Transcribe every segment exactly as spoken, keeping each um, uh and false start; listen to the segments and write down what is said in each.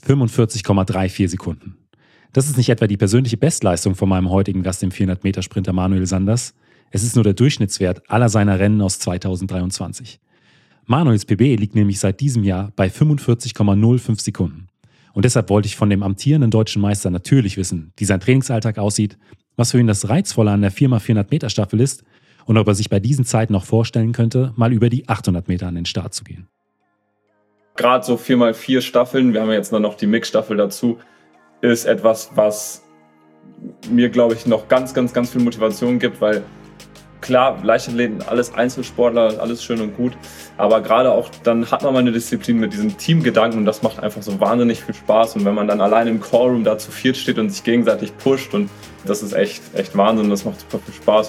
fünfundvierzig Komma vierunddreißig Sekunden. Das ist nicht etwa die persönliche Bestleistung von meinem heutigen Gast, dem vierhundert-Meter-Sprinter Manuel Sanders. Es ist nur der Durchschnittswert aller seiner Rennen aus zweitausenddreiundzwanzig. Manuels P B liegt nämlich seit diesem Jahr bei fünfundvierzig Komma null fünf Sekunden. Und deshalb wollte ich von dem amtierenden deutschen Meister natürlich wissen, wie sein Trainingsalltag aussieht, was für ihn das Reizvolle an der vier mal vierhundert Meter Staffel ist und ob er sich bei diesen Zeiten noch vorstellen könnte, mal über die achthundert Meter an den Start zu gehen. Gerade so vier mal vier Staffeln, wir haben jetzt noch die Mix-Staffel dazu, ist etwas, was mir, glaube ich, noch ganz, ganz, ganz viel Motivation gibt, weil klar, Leichtathleten, alles Einzelsportler, alles schön und gut, aber gerade auch dann hat man mal eine Disziplin mit diesem Teamgedanken und das macht einfach so wahnsinnig viel Spaß und wenn man dann allein im Callroom da zu viert steht und sich gegenseitig pusht und das ist echt, echt Wahnsinn, das macht super viel Spaß.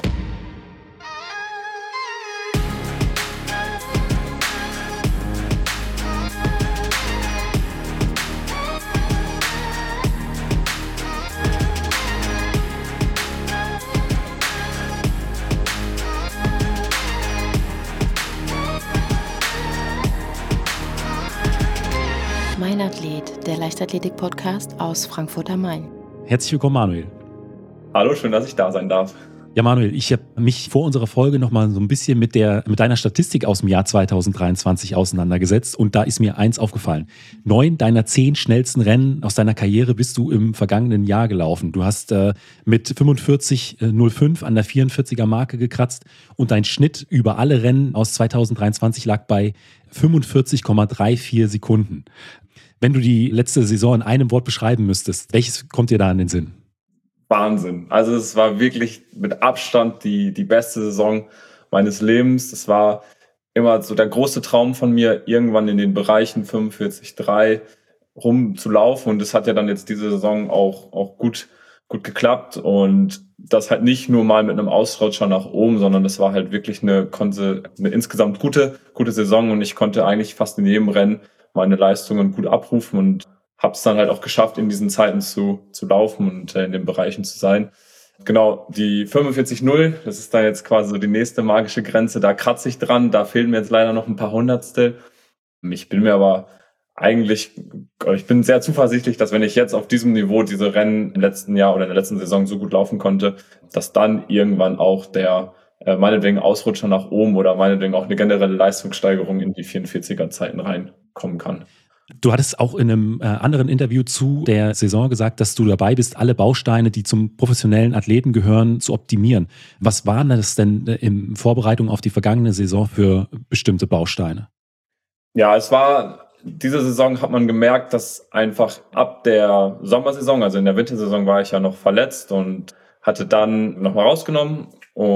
Mein Athlet, der Leichtathletik-Podcast aus Frankfurt am Main. Herzlich willkommen, Manuel. Hallo, schön, dass ich da sein darf. Ja, Manuel, ich habe mich vor unserer Folge noch mal so ein bisschen mit, der, mit deiner Statistik aus dem Jahr zweitausenddreiundzwanzig auseinandergesetzt und da ist mir eins aufgefallen. Neun deiner zehn schnellsten Rennen aus deiner Karriere bist du im vergangenen Jahr gelaufen. Du hast äh, mit fünfundvierzig Komma null fünf an der vierundvierziger Marke gekratzt und dein Schnitt über alle Rennen aus zweitausenddreiundzwanzig lag bei fünfundvierzig Komma vierunddreißig Sekunden. Wenn du die letzte Saison in einem Wort beschreiben müsstest, welches kommt dir da in den Sinn? Wahnsinn. Also es war wirklich mit Abstand die, die beste Saison meines Lebens. Das war immer so der große Traum von mir, irgendwann in den Bereichen fünfundvierzig Komma drei rumzulaufen. Und das hat ja dann jetzt diese Saison auch, auch gut, gut geklappt. Und das halt nicht nur mal mit einem Ausrutscher nach oben, sondern das war halt wirklich eine, eine insgesamt gute, gute Saison. Und ich konnte eigentlich fast in jedem Rennen meine Leistungen gut abrufen und habe es dann halt auch geschafft, in diesen Zeiten zu, zu laufen und äh, in den Bereichen zu sein. Genau, die fünfundvierzig Komma null, das ist dann jetzt quasi so die nächste magische Grenze, da kratze ich dran, da fehlen mir jetzt leider noch ein paar Hundertstel. Ich bin mir aber eigentlich, ich bin sehr zuversichtlich, dass wenn ich jetzt auf diesem Niveau diese Rennen im letzten Jahr oder in der letzten Saison so gut laufen konnte, dass dann irgendwann auch der äh, meinetwegen Ausrutscher nach oben oder meinetwegen auch eine generelle Leistungssteigerung in die vierundvierziger Zeiten reinkommen kann. Du hattest auch in einem äh, anderen Interview zu der Saison gesagt, dass du dabei bist, alle Bausteine, die zum professionellen Athleten gehören, zu optimieren. Was waren das denn äh, in Vorbereitung auf die vergangene Saison für bestimmte Bausteine? Ja, es war, diese Saison hat man gemerkt, dass einfach ab der Sommersaison, also in der Wintersaison war ich ja noch verletzt und hatte dann nochmal rausgenommen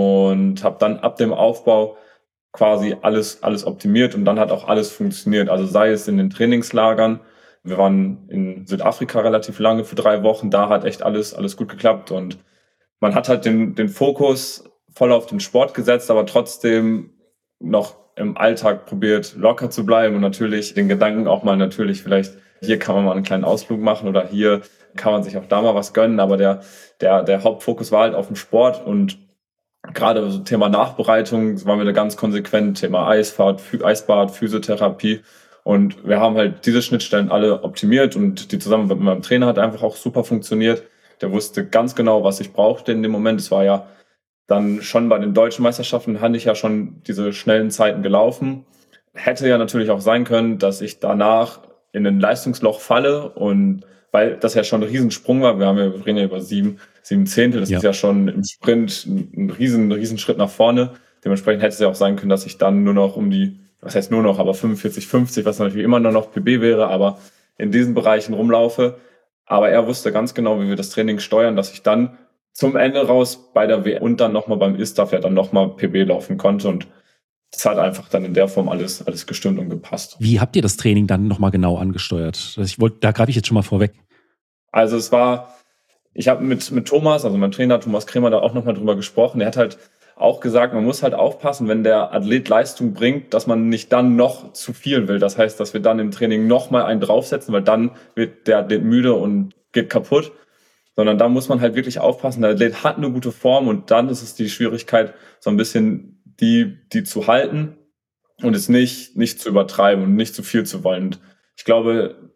und habe dann ab dem Aufbau quasi alles, alles optimiert und dann hat auch alles funktioniert. Also sei es in den Trainingslagern, wir waren in Südafrika relativ lange für drei Wochen, da hat echt alles, alles gut geklappt und man hat halt den, den Fokus voll auf den Sport gesetzt, aber trotzdem noch im Alltag probiert locker zu bleiben und natürlich den Gedanken auch mal natürlich vielleicht, hier kann man mal einen kleinen Ausflug machen oder hier kann man sich auch da mal was gönnen, aber der, der, der Hauptfokus war halt auf dem Sport und gerade so Thema Nachbereitung waren wir da ganz konsequent, Thema Eisfahrt, Eisbad, Physiotherapie und wir haben halt diese Schnittstellen alle optimiert und die Zusammenarbeit mit meinem Trainer hat einfach auch super funktioniert. Der wusste ganz genau, was ich brauchte in dem Moment. Es war ja dann schon bei den deutschen Meisterschaften, hatte ich ja schon diese schnellen Zeiten gelaufen. Hätte ja natürlich auch sein können, dass ich danach in ein Leistungsloch falle und weil das ja schon ein Riesensprung war, wir haben ja, wir reden ja über sieben, sieben Zehntel, das ja. ist ja schon im Sprint ein riesen, riesen Schritt nach vorne. Dementsprechend hätte es ja auch sein können, dass ich dann nur noch um die, was heißt nur noch, aber fünfundvierzig, fünfzig, was natürlich immer nur noch P B wäre, aber in diesen Bereichen rumlaufe. Aber er wusste ganz genau, wie wir das Training steuern, dass ich dann zum Ende raus bei der W M und dann nochmal beim ISTAF ja dann nochmal P B laufen konnte und das hat einfach dann in der Form alles, alles gestimmt und gepasst. Wie habt ihr das Training dann nochmal genau angesteuert? Ich wollte, da greife ich jetzt schon mal vorweg. Also es war, ich habe mit, mit Thomas, also mein Trainer Thomas Kremer, da auch nochmal drüber gesprochen. Er hat halt auch gesagt, man muss halt aufpassen, wenn der Athlet Leistung bringt, dass man nicht dann noch zu viel will. Das heißt, dass wir dann im Training nochmal einen draufsetzen, weil dann wird der Athlet müde und geht kaputt. Sondern da muss man halt wirklich aufpassen. Der Athlet hat eine gute Form und dann ist es die Schwierigkeit, so ein bisschen die, die zu halten und es nicht, nicht zu übertreiben und nicht zu viel zu wollen. Und ich glaube,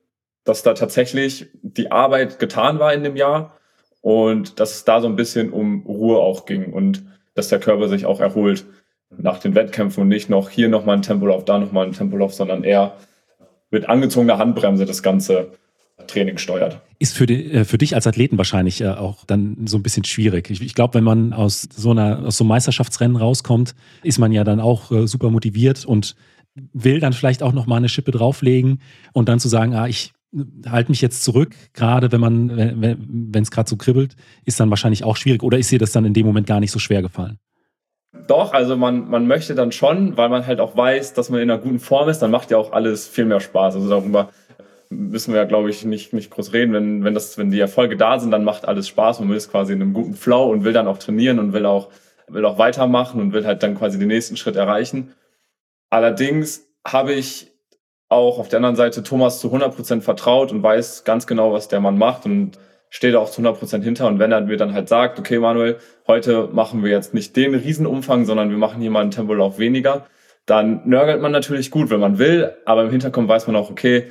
dass da tatsächlich die Arbeit getan war in dem Jahr und dass es da so ein bisschen um Ruhe auch ging und dass der Körper sich auch erholt nach den Wettkämpfen und nicht noch hier nochmal ein Tempolauf, da nochmal ein Tempolauf, sondern eher mit angezogener Handbremse das ganze Training steuert. Ist für, die, für dich als Athleten wahrscheinlich auch dann so ein bisschen schwierig. Ich, ich glaube, wenn man aus so einer aus so einem Meisterschaftsrennen rauskommt, ist man ja dann auch super motiviert und will dann vielleicht auch noch mal eine Schippe drauflegen und dann zu sagen, ah, ich halte mich jetzt zurück, gerade wenn man, wenn es gerade so kribbelt, ist dann wahrscheinlich auch schwierig. Oder ist dir das dann in dem Moment gar nicht so schwer gefallen? Doch, also man, man möchte dann schon, weil man halt auch weiß, dass man in einer guten Form ist, dann macht ja auch alles viel mehr Spaß. Also darüber müssen wir ja, glaube ich, nicht, nicht groß reden. Wenn, wenn, das, wenn die Erfolge da sind, dann macht alles Spaß und man ist quasi in einem guten Flow und will dann auch trainieren und will auch, will auch weitermachen und will halt dann quasi den nächsten Schritt erreichen. Allerdings habe ich auch auf der anderen Seite Thomas zu hundert Prozent vertraut und weiß ganz genau, was der Mann macht und stehe da auch zu hundert Prozent hinter. Und wenn er mir dann halt sagt, okay Manuel, heute machen wir jetzt nicht den Riesenumfang, sondern wir machen hier mal einen Tempolauf weniger, dann nörgelt man natürlich gut, wenn man will, aber im Hintergrund weiß man auch, okay,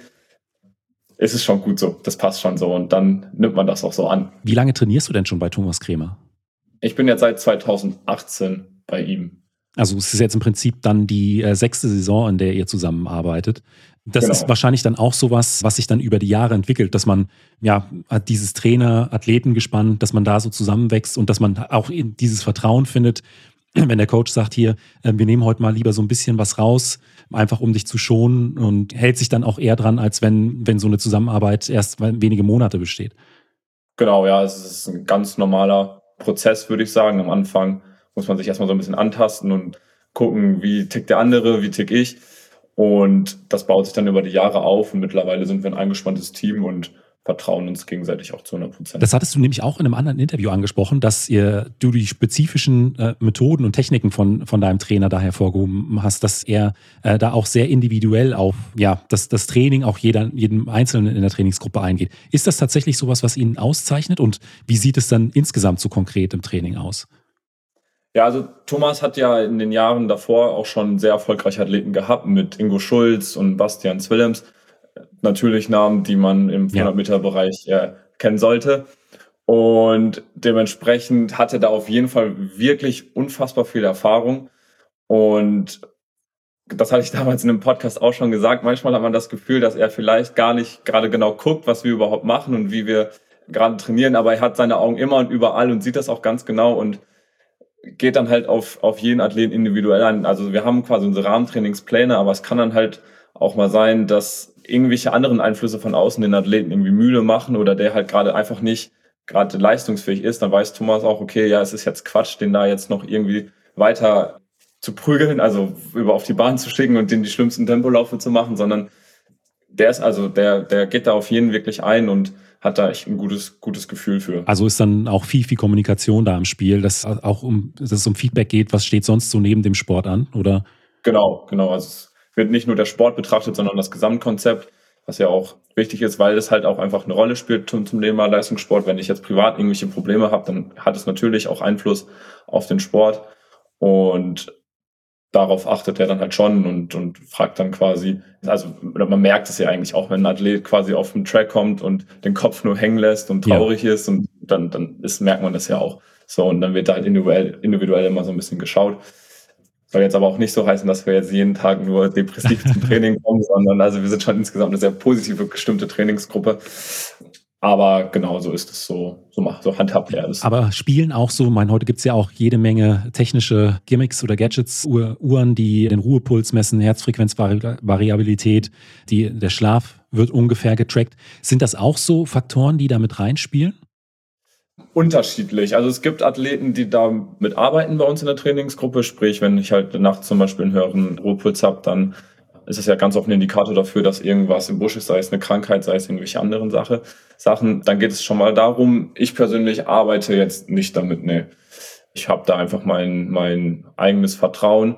es ist schon gut so, das passt schon so und dann nimmt man das auch so an. Wie lange trainierst du denn schon bei Thomas Kremer? Ich bin jetzt seit zweitausendachtzehn bei ihm. Also es ist jetzt im Prinzip dann die äh, sechste Saison, in der ihr zusammenarbeitet. Das Genau. ist wahrscheinlich dann auch sowas, was sich dann über die Jahre entwickelt, dass man ja hat dieses Trainer-Athleten-Gespann, dass man da so zusammenwächst und dass man auch dieses Vertrauen findet, wenn der Coach sagt, hier, äh, wir nehmen heute mal lieber so ein bisschen was raus, einfach um dich zu schonen und hält sich dann auch eher dran, als wenn, wenn so eine Zusammenarbeit erst wenige Monate besteht. Genau, ja, es ist ein ganz normaler Prozess, würde ich sagen. Am Anfang muss man sich erstmal so ein bisschen antasten und gucken, wie tickt der andere, wie tick ich. Und das baut sich dann über die Jahre auf und mittlerweile sind wir ein eingespanntes Team und vertrauen uns gegenseitig auch zu hundert Prozent. Das hattest du nämlich auch in einem anderen Interview angesprochen, dass ihr, du die spezifischen äh, Methoden und Techniken von, von deinem Trainer da hervorgehoben hast, dass er äh, da auch sehr individuell auf ja, das, das Training auch jeder, jedem Einzelnen in der Trainingsgruppe eingeht. Ist das tatsächlich sowas, was ihn auszeichnet und wie sieht es dann insgesamt so konkret im Training aus? Ja, also Thomas hat ja in den Jahren davor auch schon sehr erfolgreiche Athleten gehabt mit Ingo Schulz und Bastian Zwillems. Natürlich Namen, die man im vierhundert-Meter-Bereich ja, kennen sollte. Und dementsprechend hatte da auf jeden Fall wirklich unfassbar viel Erfahrung. Und das hatte ich damals in einem Podcast auch schon gesagt. Manchmal hat man das Gefühl, dass er vielleicht gar nicht gerade genau guckt, was wir überhaupt machen und wie wir gerade trainieren. Aber er hat seine Augen immer und überall und sieht das auch ganz genau und geht dann halt auf, auf jeden Athleten individuell ein. Also wir haben quasi unsere Rahmentrainingspläne, aber es kann dann halt auch mal sein, dass irgendwelche anderen Einflüsse von außen den Athleten irgendwie müde machen oder der halt gerade einfach nicht gerade leistungsfähig ist. Dann weiß Thomas auch, okay, ja, es ist jetzt Quatsch, den da jetzt noch irgendwie weiter zu prügeln, also über auf die Bahn zu schicken und den die schlimmsten Tempolaufe zu machen, sondern der ist also, der, der geht da auf jeden wirklich ein und hat da echt ein gutes, gutes Gefühl für. Also ist dann auch viel, viel Kommunikation da im Spiel, dass auch um, dass es um Feedback geht, was steht sonst so neben dem Sport an, oder? Genau, genau. Also es wird nicht nur der Sport betrachtet, sondern das Gesamtkonzept, was ja auch wichtig ist, weil es halt auch einfach eine Rolle spielt zum, zum Thema Leistungssport. Wenn ich jetzt privat irgendwelche Probleme habe, dann hat es natürlich auch Einfluss auf den Sport und darauf achtet er dann halt schon und, und fragt dann quasi, also man merkt es ja eigentlich auch, wenn ein Athlet quasi auf den Track kommt und den Kopf nur hängen lässt und traurig ja. ist und dann, dann ist, merkt man das ja auch. So, und dann wird da halt individuell, individuell immer so ein bisschen geschaut. Soll jetzt aber auch nicht so heißen, dass wir jetzt jeden Tag nur depressiv zum Training kommen, sondern also wir sind schon insgesamt eine sehr positive, gestimmte Trainingsgruppe. Aber genau so ist es, so, so, so handhabt er es. Aber spielen auch so, ich meine, heute gibt es ja auch jede Menge technische Gimmicks oder Gadgets, Uhren, die den Ruhepuls messen, Herzfrequenzvariabilität, die, der Schlaf wird ungefähr getrackt. Sind das auch so Faktoren, die da mit reinspielen? Unterschiedlich. Also es gibt Athleten, die da mit arbeiten bei uns in der Trainingsgruppe. Sprich, wenn ich halt nachts zum Beispiel einen höheren Ruhepuls habe, dann ist es ja ganz oft ein Indikator dafür, dass irgendwas im Busch ist, sei es eine Krankheit, sei es irgendwelche anderen Sache, Sachen. Dann geht es schon mal darum, ich persönlich arbeite jetzt nicht damit. Nee. Ich habe da einfach mein, mein eigenes Vertrauen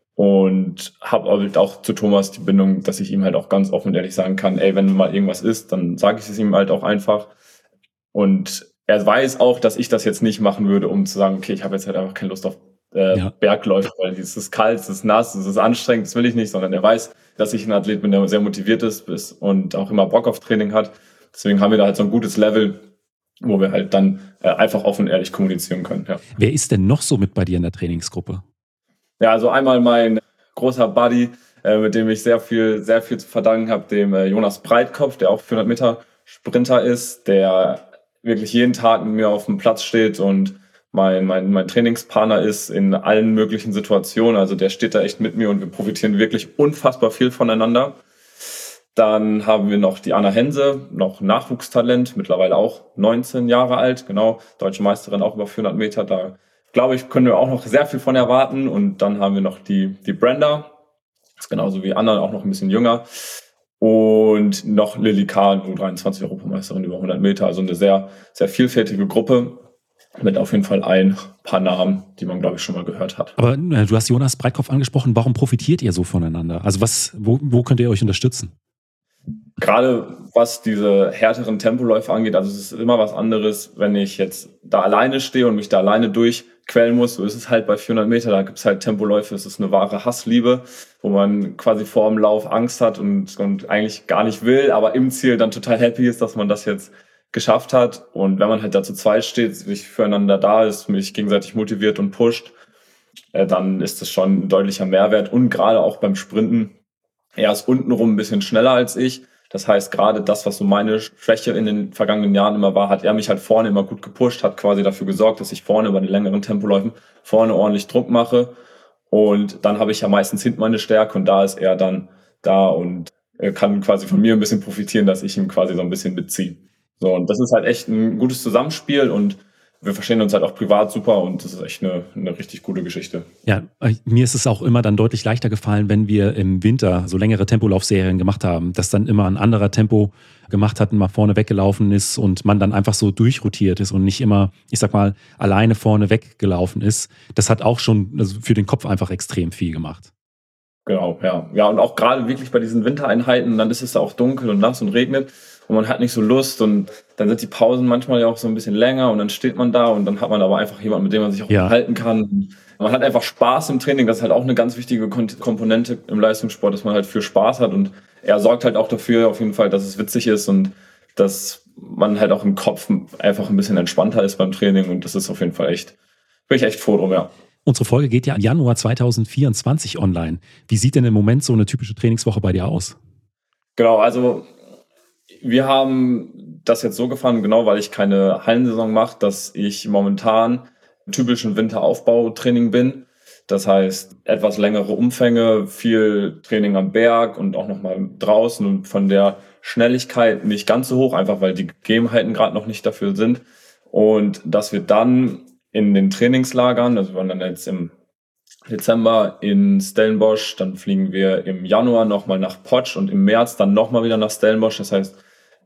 und habe halt auch zu Thomas die Bindung, dass ich ihm halt auch ganz offen und ehrlich sagen kann, ey, wenn mal irgendwas ist, dann sage ich es ihm halt auch einfach. Und er weiß auch, dass ich das jetzt nicht machen würde, um zu sagen, okay, ich habe jetzt halt einfach keine Lust auf äh, Ja. Bergläufer, weil es ist kalt, es ist nass, es ist anstrengend, das will ich nicht, sondern er weiß, dass ich ein Athlet bin, der sehr motiviert ist bis- und auch immer Bock auf Training hat. Deswegen haben wir da halt so ein gutes Level, wo wir halt dann äh, einfach offen und ehrlich kommunizieren können. Ja. Wer ist denn noch so mit bei dir in der Trainingsgruppe? Ja, also einmal mein großer Buddy, äh, mit dem ich sehr viel, sehr viel zu verdanken habe, dem äh, Jonas Breitkopf, der auch vierhundert Meter Sprinter ist, der wirklich jeden Tag mit mir auf dem Platz steht und mein, mein, mein Trainingspartner ist in allen möglichen Situationen. Also der steht da echt mit mir und wir profitieren wirklich unfassbar viel voneinander. Dann haben wir noch die Anna Hense, noch Nachwuchstalent, mittlerweile auch neunzehn Jahre alt, genau, deutsche Meisterin auch über vierhundert Meter. Da glaube ich, können wir auch noch sehr viel von erwarten. Und dann haben wir noch die, die Brenda, ist genauso wie Anna, auch noch ein bisschen jünger. Und noch Lilly Kahn, U dreiundzwanzig Europameisterin über hundert Meter. Also eine sehr, sehr vielfältige Gruppe mit auf jeden Fall ein paar Namen, die man, glaube ich, schon mal gehört hat. Aber äh, du hast Jonas Breitkopf angesprochen. Warum profitiert ihr so voneinander? Also was, wo, wo könnt ihr euch unterstützen? Gerade was diese härteren Tempoläufe angeht, also es ist immer was anderes, wenn ich jetzt da alleine stehe und mich da alleine durchquellen muss. So ist es halt bei vierhundert Meter, da gibt es halt Tempoläufe, es ist eine wahre Hassliebe, wo man quasi vor dem Lauf Angst hat und, und eigentlich gar nicht will, aber im Ziel dann total happy ist, dass man das jetzt geschafft hat. Und wenn man halt da zu zweit steht, sich füreinander da ist, mich gegenseitig motiviert und pusht, äh, dann ist das schon ein deutlicher Mehrwert. Und gerade auch beim Sprinten, er ist untenrum ein bisschen schneller als ich. Das heißt, gerade das, was so meine Schwäche in den vergangenen Jahren immer war, hat er mich halt vorne immer gut gepusht, hat quasi dafür gesorgt, dass ich vorne bei den längeren Tempoläufen vorne ordentlich Druck mache. Und dann habe ich ja meistens hinten meine Stärke und da ist er dann da und kann quasi von mir ein bisschen profitieren, dass ich ihm quasi so ein bisschen mitziehe. So, und das ist halt echt ein gutes Zusammenspiel und wir verstehen uns halt auch privat super und das ist echt eine, eine richtig gute Geschichte. Ja, mir ist es auch immer dann deutlich leichter gefallen, wenn wir im Winter so längere Tempolaufserien gemacht haben, dass dann immer ein anderer Tempo gemacht hat und mal vorne weggelaufen ist und man dann einfach so durchrotiert ist und nicht immer, ich sag mal, alleine vorne weggelaufen ist. Das hat auch schon also für den Kopf einfach extrem viel gemacht. Genau, ja. Ja, und auch gerade wirklich bei diesen Wintereinheiten, dann ist es auch dunkel und nass und regnet und man hat nicht so Lust und dann sind die Pausen manchmal ja auch so ein bisschen länger und dann steht man da und dann hat man aber einfach jemanden, mit dem man sich auch Ja. unterhalten kann. Man hat einfach Spaß im Training, das ist halt auch eine ganz wichtige Komponente im Leistungssport, dass man halt viel Spaß hat und er sorgt halt auch dafür auf jeden Fall, dass es witzig ist und dass man halt auch im Kopf einfach ein bisschen entspannter ist beim Training und das ist auf jeden Fall echt, bin ich echt froh drum, ja. Unsere Folge geht ja im Januar zwanzig vierundzwanzig online. Wie sieht denn im Moment so eine typische Trainingswoche bei dir aus? Genau, also wir haben das jetzt so gefahren, genau weil ich keine Hallensaison mache, dass ich momentan typisch im Winteraufbautraining bin. Das heißt, etwas längere Umfänge, viel Training am Berg und auch nochmal draußen und von der Schnelligkeit nicht ganz so hoch, einfach weil die Gegebenheiten gerade noch nicht dafür sind. Und dass wir dann in den Trainingslagern, also wir waren dann jetzt im Dezember in Stellenbosch, dann fliegen wir im Januar nochmal nach Potsch und im März dann nochmal wieder nach Stellenbosch. Das heißt,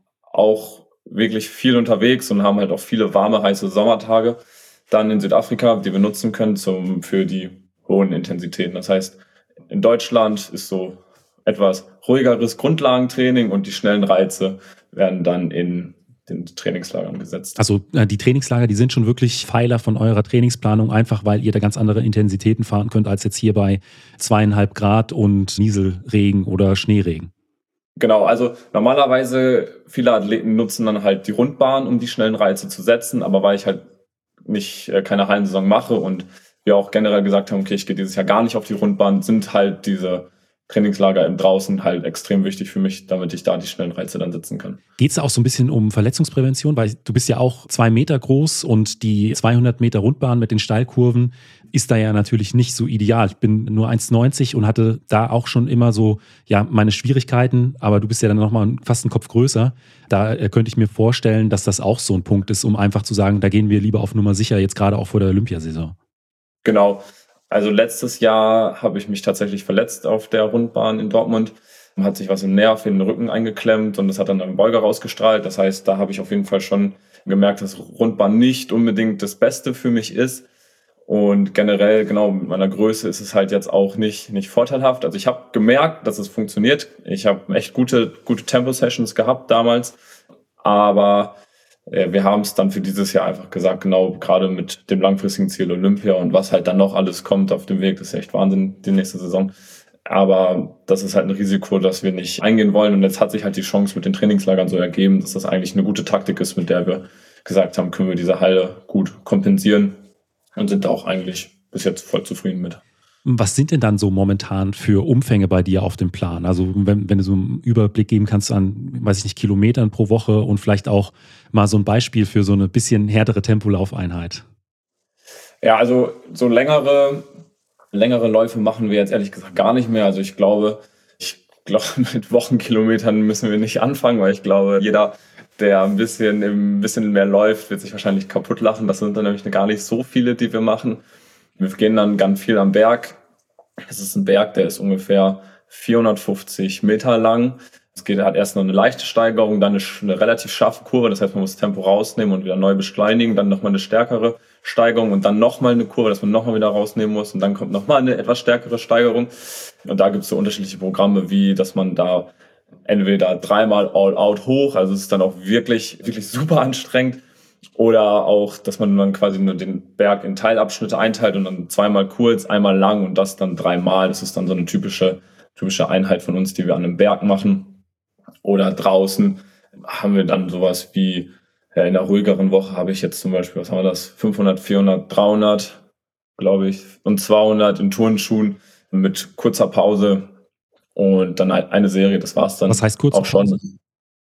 auch wirklich viel unterwegs und haben halt auch viele warme, heiße Sommertage dann in Südafrika, die wir nutzen können zum, für die hohen Intensitäten. Das heißt, in Deutschland ist so etwas ruhigeres Grundlagentraining und die schnellen Reize werden dann in den Trainingslagern gesetzt. Also äh, die Trainingslager, die sind schon wirklich Pfeiler von eurer Trainingsplanung, einfach weil ihr da ganz andere Intensitäten fahren könnt als jetzt hier bei zweieinhalb Grad und Nieselregen oder Schneeregen. Genau, also normalerweise viele Athleten nutzen dann halt die Rundbahn, um die schnellen Reize zu setzen, aber weil ich halt nicht äh, keine Hallensaison mache und wir auch generell gesagt haben, okay, ich gehe dieses Jahr gar nicht auf die Rundbahn, sind halt diese Trainingslager im Draußen halt extrem wichtig für mich, damit ich da die schnellen Reize dann setzen kann. Geht es da auch so ein bisschen um Verletzungsprävention? Weil du bist ja auch zwei Meter groß und die zweihundert Meter Rundbahn mit den Steilkurven ist da ja natürlich nicht so ideal. Ich bin nur eins neunzig und hatte da auch schon immer so ja meine Schwierigkeiten, aber du bist ja dann nochmal fast einen Kopf größer. Da äh, könnte ich mir vorstellen, dass das auch so ein Punkt ist, um einfach zu sagen, da gehen wir lieber auf Nummer sicher, jetzt gerade auch vor der Olympiasaison. Genau. Also letztes Jahr habe ich mich tatsächlich verletzt auf der Rundbahn in Dortmund. Man hat sich was im Nerv in den Rücken eingeklemmt und das hat dann einen Beuger rausgestrahlt. Das heißt, da habe ich auf jeden Fall schon gemerkt, dass Rundbahn nicht unbedingt das Beste für mich ist. Und generell, genau, mit meiner Größe ist es halt jetzt auch nicht, nicht vorteilhaft. Also ich habe gemerkt, dass es funktioniert. Ich habe echt gute, gute Tempo-Sessions gehabt damals. Aber äh, wir haben es dann für dieses Jahr einfach gesagt, genau gerade mit dem langfristigen Ziel Olympia und was halt dann noch alles kommt auf dem Weg, das ist echt Wahnsinn, die nächste Saison. Aber das ist halt ein Risiko, das wir nicht eingehen wollen. Und jetzt hat sich halt die Chance mit den Trainingslagern so ergeben, dass das eigentlich eine gute Taktik ist, mit der wir gesagt haben, können wir diese Halle gut kompensieren und sind da auch eigentlich bis jetzt voll zufrieden mit. Was sind denn dann so momentan für Umfänge bei dir auf dem Plan? Also wenn, wenn du so einen Überblick geben kannst an, weiß ich nicht, Kilometern pro Woche und vielleicht auch mal so ein Beispiel für so eine bisschen härtere Tempolaufeinheit. Ja, also so längere, längere Läufe machen wir jetzt ehrlich gesagt gar nicht mehr. Also ich glaube, ich glaube, mit Wochenkilometern müssen wir nicht anfangen, weil ich glaube, jeder, der ein bisschen, ein bisschen mehr läuft, wird sich wahrscheinlich kaputt lachen. Das sind dann nämlich gar nicht so viele, die wir machen. Wir gehen dann ganz viel am Berg. Es ist ein Berg, der ist ungefähr vierhundertfünfzig Meter lang. Es geht, hat erst noch eine leichte Steigerung, dann eine, eine relativ scharfe Kurve. Das heißt, man muss das Tempo rausnehmen und wieder neu beschleunigen. Dann nochmal eine stärkere Steigerung und dann nochmal eine Kurve, dass man nochmal wieder rausnehmen muss. Und dann kommt nochmal eine etwas stärkere Steigerung. Und da gibt es so unterschiedliche Programme, wie dass man da entweder dreimal all out hoch, also es ist dann auch wirklich, wirklich super anstrengend. Oder auch, dass man dann quasi nur den Berg in Teilabschnitte einteilt und dann zweimal kurz, einmal lang und das dann dreimal. Das ist dann so eine typische, typische Einheit von uns, die wir an einem Berg machen. Oder draußen haben wir dann sowas wie, ja, in einer ruhigeren Woche habe ich jetzt zum Beispiel, was haben wir das, fünfhundert, vierhundert, dreihundert, glaube ich, und zweihundert in Turnschuhen mit kurzer Pause und dann eine Serie, das war's dann. Was heißt kurze auch schon. Pause?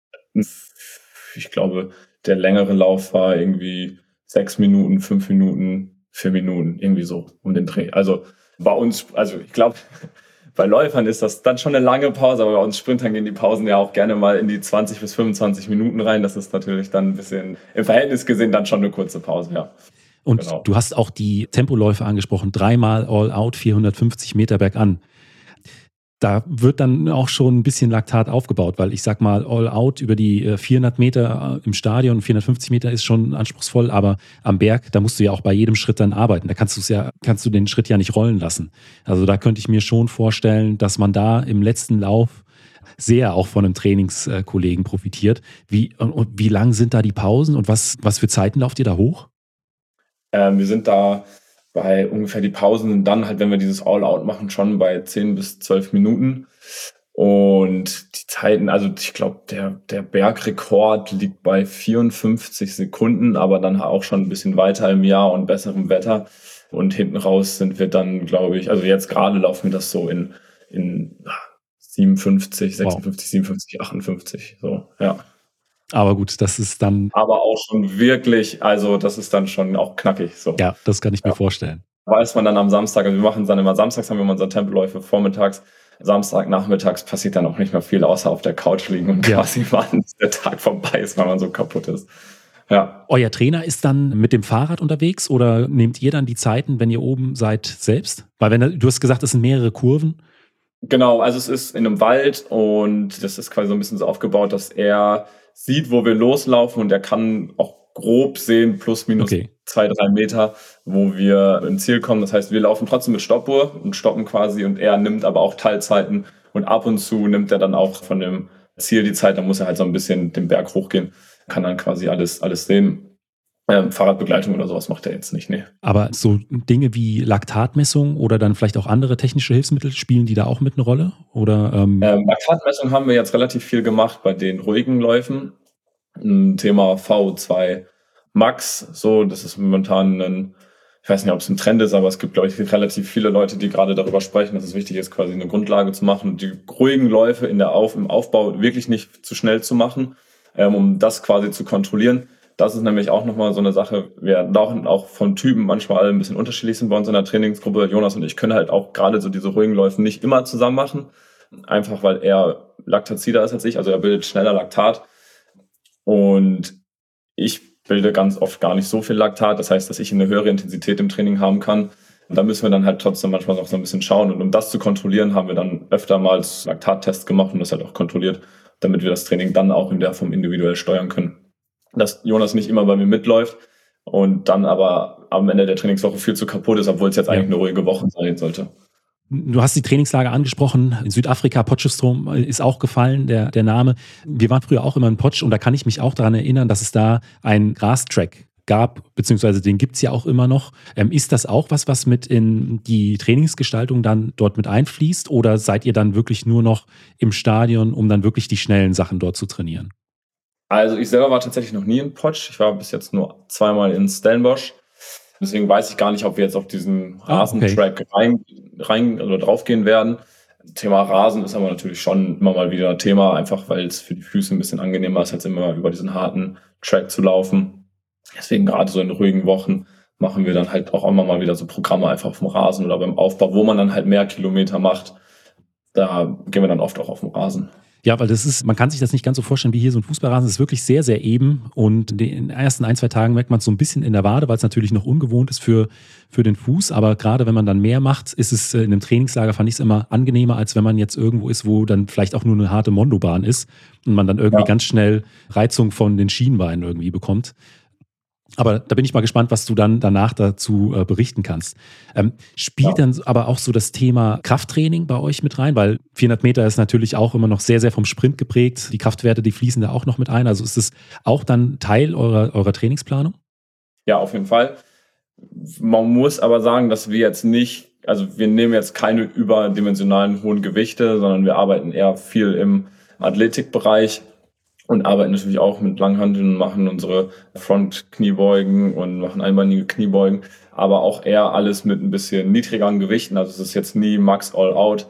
Ich glaube, der längere Lauf war irgendwie sechs Minuten, fünf Minuten, vier Minuten, irgendwie so um den Dreh. Also bei uns, also ich glaube, bei Läufern ist das dann schon eine lange Pause, aber bei uns Sprintern gehen die Pausen ja auch gerne mal in die zwanzig bis fünfundzwanzig Minuten rein. Das ist natürlich dann ein bisschen im Verhältnis gesehen dann schon eine kurze Pause, ja. Und genau. Du hast auch die Tempoläufe angesprochen, dreimal all out, vierhundertfünfzig Meter bergan. Da wird dann auch schon ein bisschen Laktat aufgebaut, weil ich sag mal, all out über die vierhundert Meter im Stadion, vierhundertfünfzig Meter ist schon anspruchsvoll, aber am Berg, da musst du ja auch bei jedem Schritt dann arbeiten. Da kannst du es ja, kannst du den Schritt ja nicht rollen lassen. Also da könnte ich mir schon vorstellen, dass man da im letzten Lauf sehr auch von einem Trainingskollegen profitiert. Wie, und wie lang sind da die Pausen und was, was für Zeiten lauft ihr da hoch? Ähm, wir sind da bei ungefähr die Pausen sind dann halt, wenn wir dieses All-Out machen, schon bei zehn bis zwölf Minuten. Und die Zeiten, also ich glaube, der, der Bergrekord liegt bei vierundfünfzig Sekunden, aber dann auch schon ein bisschen weiter im Jahr und besserem Wetter. Und hinten raus sind wir dann, glaube ich, also jetzt gerade laufen wir das so in, in siebenundfünfzig, sechsundfünfzig, wow. siebenundfünfzig, achtundfünfzig, so, ja. Aber gut, das ist dann... Aber auch schon wirklich, also das ist dann schon auch knackig. So. Ja, das kann ich mir ja. vorstellen. Weiß man dann am Samstag, also wir machen es dann immer samstags, haben wir immer unsere Tempelläufe vormittags, Samstag, nachmittags passiert dann auch nicht mehr viel, außer auf der Couch liegen und ja. quasi warten, bis der Tag vorbei ist, weil man so kaputt ist. Ja. Euer Trainer ist dann mit dem Fahrrad unterwegs oder nehmt ihr dann die Zeiten, wenn ihr oben seid, selbst? Weil wenn du hast gesagt, es sind mehrere Kurven. Genau, also es ist in einem Wald und das ist quasi so ein bisschen so aufgebaut, dass er sieht, wo wir loslaufen und er kann auch grob sehen, plus minus okay. zwei, drei Meter, wo wir ins Ziel kommen. Das heißt, wir laufen trotzdem mit Stoppuhr und stoppen quasi und er nimmt aber auch Teilzeiten und ab und zu nimmt er dann auch von dem Ziel die Zeit, dann muss er halt so ein bisschen den Berg hochgehen, kann dann quasi alles, alles sehen. Ähm, Fahrradbegleitung oder sowas macht er jetzt nicht, nee. Aber so Dinge wie Laktatmessung oder dann vielleicht auch andere technische Hilfsmittel, spielen die da auch mit eine Rolle? Oder, ähm ähm, Laktatmessung haben wir jetzt relativ viel gemacht bei den ruhigen Läufen. Ein Thema V O zwei Max, so, das ist momentan ein, ich weiß nicht, ob es ein Trend ist, aber es gibt, glaube ich, relativ viele Leute, die gerade darüber sprechen, dass es wichtig ist, quasi eine Grundlage zu machen und die ruhigen Läufe in der Auf, im Aufbau wirklich nicht zu schnell zu machen, ähm, um das quasi zu kontrollieren. Das ist nämlich auch nochmal so eine Sache, wir laufen auch von Typen manchmal alle ein bisschen unterschiedlich sind bei uns in der Trainingsgruppe. Jonas und ich können halt auch gerade so diese ruhigen Läufe nicht immer zusammen machen, einfach weil er laktazider ist als ich, also er bildet schneller Laktat und ich bilde ganz oft gar nicht so viel Laktat, das heißt, dass ich eine höhere Intensität im Training haben kann. Und da müssen wir dann halt trotzdem manchmal noch so ein bisschen schauen und um das zu kontrollieren, haben wir dann öftermals Laktattests gemacht und das halt auch kontrolliert, damit wir das Training dann auch in der Form individuell steuern können. Dass Jonas nicht immer bei mir mitläuft und dann aber am Ende der Trainingswoche viel zu kaputt ist, obwohl es jetzt eigentlich eine ruhige Woche sein sollte. Du hast die Trainingslager angesprochen. In Südafrika, Potchefstroom ist auch gefallen, der, der Name. Wir waren früher auch immer in Potch und da kann ich mich auch daran erinnern, dass es da einen Grastrack gab, beziehungsweise den gibt es ja auch immer noch. Ähm, ist das auch was, was mit in die Trainingsgestaltung dann dort mit einfließt oder seid ihr dann wirklich nur noch im Stadion, um dann wirklich die schnellen Sachen dort zu trainieren? Also ich selber war tatsächlich noch nie in Potch. Ich war bis jetzt nur zweimal in Stellenbosch. Deswegen weiß ich gar nicht, ob wir jetzt auf diesen Rasentrack ah, okay. rein, rein oder draufgehen werden. Thema Rasen ist aber natürlich schon immer mal wieder ein Thema, einfach weil es für die Füße ein bisschen angenehmer ist, als immer über diesen harten Track zu laufen. Deswegen gerade so in ruhigen Wochen machen wir dann halt auch immer mal wieder so Programme einfach auf dem Rasen oder beim Aufbau, wo man dann halt mehr Kilometer macht. Da gehen wir dann oft auch auf dem Rasen. Ja, weil das ist, man kann sich das nicht ganz so vorstellen wie hier so ein Fußballrasen. Es ist wirklich sehr, sehr eben und in den ersten ein, zwei Tagen merkt man es so ein bisschen in der Wade, weil es natürlich noch ungewohnt ist für, für den Fuß. Aber gerade wenn man dann mehr macht, ist es in einem Trainingslager, fand ich es immer angenehmer, als wenn man jetzt irgendwo ist, wo dann vielleicht auch nur eine harte Mondobahn ist und man dann irgendwie ja. ganz schnell Reizung von den Schienbeinen irgendwie bekommt. Aber da bin ich mal gespannt, was du dann danach dazu äh, berichten kannst. Ähm, spielt ja. dann aber auch so das Thema Krafttraining bei euch mit rein? Weil vierhundert Meter ist natürlich auch immer noch sehr, sehr vom Sprint geprägt. Die Kraftwerte, die fließen da auch noch mit ein. Also ist es auch dann Teil eurer, eurer Trainingsplanung? Ja, auf jeden Fall. Man muss aber sagen, dass wir jetzt nicht, also wir nehmen jetzt keine überdimensionalen hohen Gewichte, sondern wir arbeiten eher viel im Athletikbereich. Und arbeiten natürlich auch mit Langhanteln, machen unsere Front-Kniebeugen und machen einbeinige Kniebeugen, aber auch eher alles mit ein bisschen niedrigeren Gewichten. Also es ist jetzt nie Max All-Out.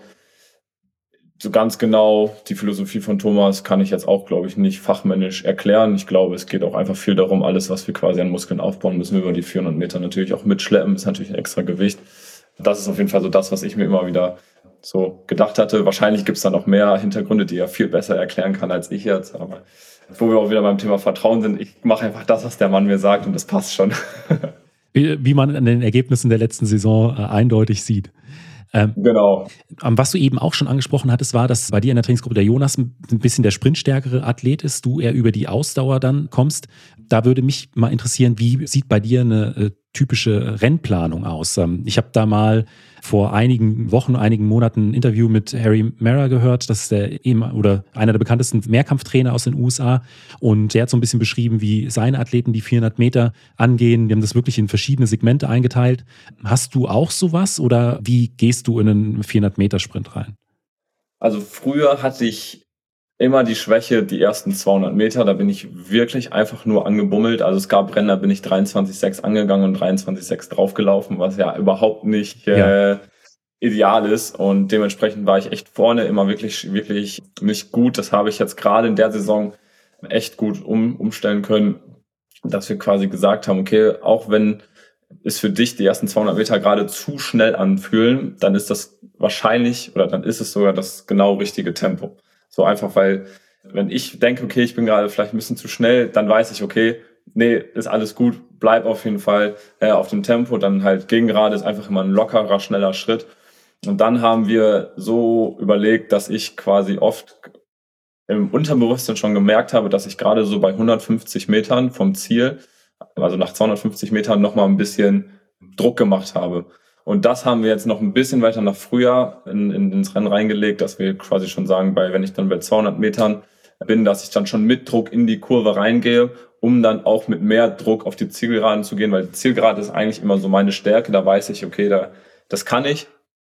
So ganz genau die Philosophie von Thomas kann ich jetzt auch, glaube ich, nicht fachmännisch erklären. Ich glaube, es geht auch einfach viel darum, alles, was wir quasi an Muskeln aufbauen, müssen wir über die vierhundert Meter natürlich auch mitschleppen. Das ist natürlich ein extra Gewicht. Das ist auf jeden Fall so das, was ich mir immer wieder so gedacht hatte. Wahrscheinlich gibt es da noch mehr Hintergründe, die er viel besser erklären kann als ich jetzt. Aber wo wir auch wieder beim Thema Vertrauen sind, ich mache einfach das, was der Mann mir sagt und das passt schon. Wie, wie man an den Ergebnissen der letzten Saison äh, eindeutig sieht. Ähm, genau. Was du eben auch schon angesprochen hattest, war, dass bei dir in der Trainingsgruppe der Jonas ein bisschen der sprintstärkere Athlet ist, du eher über die Ausdauer dann kommst. Da würde mich mal interessieren, wie sieht bei dir eine äh, typische Rennplanung aus? Ähm, ich habe da mal vor einigen Wochen, einigen Monaten ein Interview mit Harry Mara gehört. Das ist der eben oder einer der bekanntesten Mehrkampftrainer aus den U S A. Und der hat so ein bisschen beschrieben, wie seine Athleten die vierhundert Meter angehen. Die haben das wirklich in verschiedene Segmente eingeteilt. Hast du auch sowas oder wie gehst du in einen vierhundert Meter Sprint rein? Also früher hatte ich immer die Schwäche, die ersten zweihundert Meter, da bin ich wirklich einfach nur angebummelt. Also es gab Rennen, da bin ich dreiundzwanzig Komma sechs angegangen und dreiundzwanzig Komma sechs draufgelaufen, was ja überhaupt nicht ja. Äh, ideal ist. Und dementsprechend war ich echt vorne immer wirklich, wirklich nicht gut. Das habe ich jetzt gerade in der Saison echt gut um, umstellen können, dass wir quasi gesagt haben, okay, auch wenn es für dich die ersten zweihundert Meter gerade zu schnell anfühlen, dann ist das wahrscheinlich oder dann ist es sogar das genau richtige Tempo. So einfach, weil wenn ich denke, okay, ich bin gerade vielleicht ein bisschen zu schnell, dann weiß ich, okay, nee, ist alles gut, bleib auf jeden Fall äh, auf dem Tempo, dann halt gegen gerade ist einfach immer ein lockerer, schneller Schritt. Und dann haben wir so überlegt, dass ich quasi oft im Unterbewusstsein schon gemerkt habe, dass ich gerade so bei hundertfünfzig Metern vom Ziel, also nach zweihundertfünfzig Metern nochmal ein bisschen Druck gemacht habe. Und das haben wir jetzt noch ein bisschen weiter nach Frühjahr in, in, ins Rennen reingelegt, dass wir quasi schon sagen, bei, wenn ich dann bei zweihundert Metern bin, dass ich dann schon mit Druck in die Kurve reingehe, um dann auch mit mehr Druck auf die Zielgeraden zu gehen, weil die Zielgerade ist eigentlich immer so meine Stärke, da weiß ich, okay, da, das kann ich.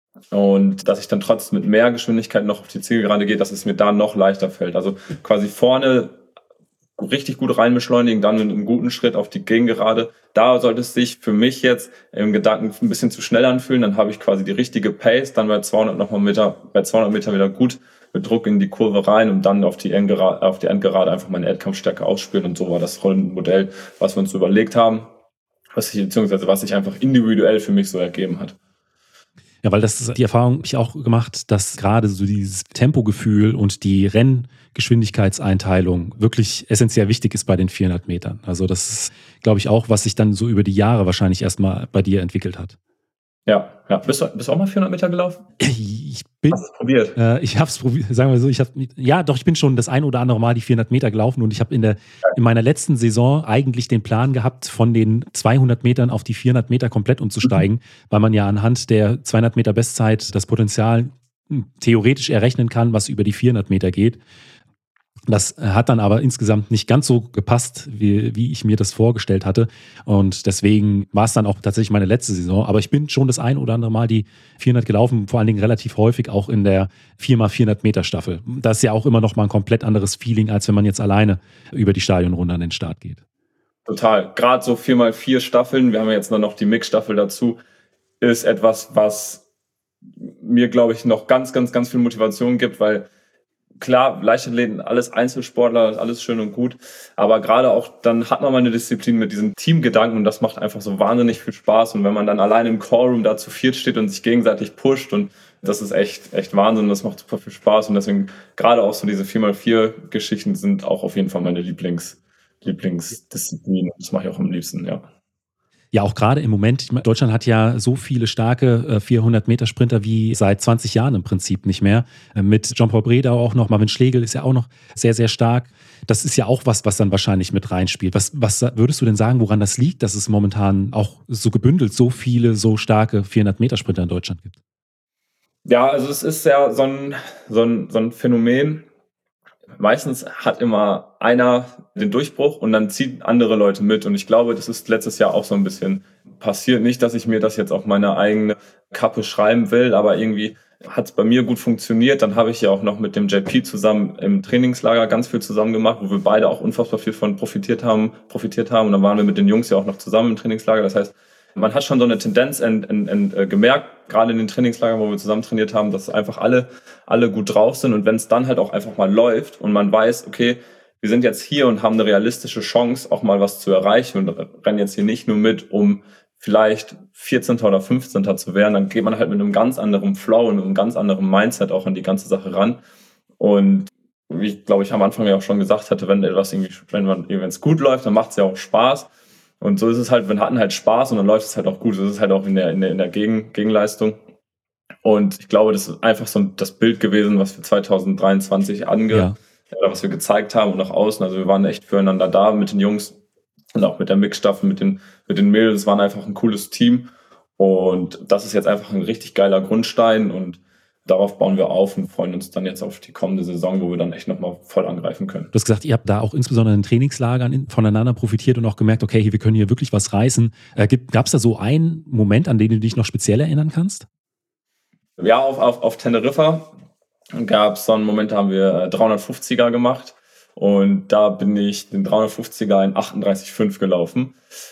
Und dass ich dann trotzdem mit mehr Geschwindigkeit noch auf die Zielgerade gehe, dass es mir da noch leichter fällt. Also quasi vorne richtig gut reinbeschleunigen, dann mit einem guten Schritt auf die Gegengerade. Da sollte es sich für mich jetzt im Gedanken ein bisschen zu schnell anfühlen. Dann habe ich quasi die richtige Pace, dann bei zweihundert nochmal Meter, bei zweihundert Meter wieder gut mit Druck in die Kurve rein und dann auf die Endgerade, auf die Endgerade einfach meine Endkampfstärke ausspielen. Und so war das Rollenmodell, was wir uns so überlegt haben, was sich, beziehungsweise was sich einfach individuell für mich so ergeben hat. Ja, weil das ist die Erfahrung, habe ich auch gemacht, dass gerade so dieses Tempogefühl und die Renngeschwindigkeitseinteilung wirklich essentiell wichtig ist bei den vierhundert Metern. Also das ist, glaube ich, auch, was sich dann so über die Jahre wahrscheinlich erstmal bei dir entwickelt hat. Ja, ja. Bist du, bist du auch mal vierhundert Meter gelaufen? Ich bin, Hast du es probiert? Äh, ich habe es probiert, sagen wir so, ich habe, ja doch, ich bin schon das ein oder andere Mal die vierhundert Meter gelaufen und ich habe in der, in meiner letzten Saison eigentlich den Plan gehabt, von den zweihundert Metern auf die vierhundert Meter komplett umzusteigen, mhm. weil man ja anhand der zweihundert Meter Bestzeit das Potenzial theoretisch errechnen kann, was über die vierhundert Meter geht. Das hat dann aber insgesamt nicht ganz so gepasst, wie, wie ich mir das vorgestellt hatte. Und deswegen war es dann auch tatsächlich meine letzte Saison. Aber ich bin schon das ein oder andere Mal die vierhundert gelaufen, vor allen Dingen relativ häufig auch in der vier mal vierhundert Meter Staffel. Das ist ja auch immer noch mal ein komplett anderes Feeling, als wenn man jetzt alleine über die Stadionrunde an den Start geht. Total. Gerade so vier mal vier Staffeln, wir haben ja jetzt noch die Mix-Staffel dazu, ist etwas, was mir, glaube ich, noch ganz, ganz, ganz viel Motivation gibt, weil klar, Leichtathleten, alles Einzelsportler, alles schön und gut, aber gerade auch dann hat man mal eine Disziplin mit diesem Teamgedanken und das macht einfach so wahnsinnig viel Spaß und wenn man dann allein im Callroom da zu viert steht und sich gegenseitig pusht und das ist echt, echt Wahnsinn, das macht super viel Spaß und deswegen gerade auch so diese vier mal vier Geschichten sind auch auf jeden Fall meine Lieblings, Lieblingsdisziplin, das mache ich auch am liebsten, ja. Ja, auch gerade im Moment, Deutschland hat ja so viele starke vierhundert Meter Sprinter wie seit zwanzig Jahren im Prinzip nicht mehr. Mit Jean-Paul Bredau auch noch, Marvin Schlegel ist ja auch noch sehr, sehr stark. Das ist ja auch was, was dann wahrscheinlich mit reinspielt. Was, was würdest du denn sagen, woran das liegt, dass es momentan auch so gebündelt so viele, so starke vierhundert Meter Sprinter in Deutschland gibt? Ja, also es ist ja so ein, so ein, so ein Phänomen. Meistens hat immer einer den Durchbruch und dann ziehen andere Leute mit. Und ich glaube, das ist letztes Jahr auch so ein bisschen passiert. Nicht, dass ich mir das jetzt auf meine eigene Kappe schreiben will, aber irgendwie hat es bei mir gut funktioniert. Dann habe ich ja auch noch mit dem J P zusammen im Trainingslager ganz viel zusammen gemacht, wo wir beide auch unfassbar viel von profitiert haben. profitiert haben. Und dann waren wir mit den Jungs ja auch noch zusammen im Trainingslager. Das heißt, man hat schon so eine Tendenz ent, ent, ent, äh, gemerkt, gerade in den Trainingslagern, wo wir zusammen trainiert haben, dass einfach alle, alle gut drauf sind. Und wenn es dann halt auch einfach mal läuft und man weiß, okay, wir sind jetzt hier und haben eine realistische Chance, auch mal was zu erreichen und rennen jetzt hier nicht nur mit, um vielleicht vierzehnter oder fünfzehnter zu werden, dann geht man halt mit einem ganz anderen Flow und einem ganz anderen Mindset auch an die ganze Sache ran. Und wie ich glaube ich am Anfang ja auch schon gesagt hatte, wenn etwas irgendwie, wenn man, wenn es gut läuft, dann macht es ja auch Spaß. Und so ist es halt, wir hatten halt Spaß und dann läuft es halt auch gut. So ist es halt auch in der, in der, in der Gegen, Gegenleistung. Und ich glaube, das ist einfach so das Bild gewesen, was wir zwanzig dreiundzwanzig ange, ja. oder was wir gezeigt haben und nach außen. Also wir waren echt füreinander da mit den Jungs und auch mit der Mix-Staffel, mit den, mit den Mädels. Es war einfach ein cooles Team. Und das ist jetzt einfach ein richtig geiler Grundstein und darauf bauen wir auf und freuen uns dann jetzt auf die kommende Saison, wo wir dann echt nochmal voll angreifen können. Du hast gesagt, ihr habt da auch insbesondere in Trainingslagern voneinander profitiert und auch gemerkt, okay, wir können hier wirklich was reißen. Äh, Gab es da so einen Moment, an den du dich noch speziell erinnern kannst? Ja, auf, auf, auf Teneriffa gab es so einen Moment, da haben wir dreihundertfünfziger gemacht und da bin ich den dreihundertfünfziger in achtunddreißig Komma fünf gelaufen.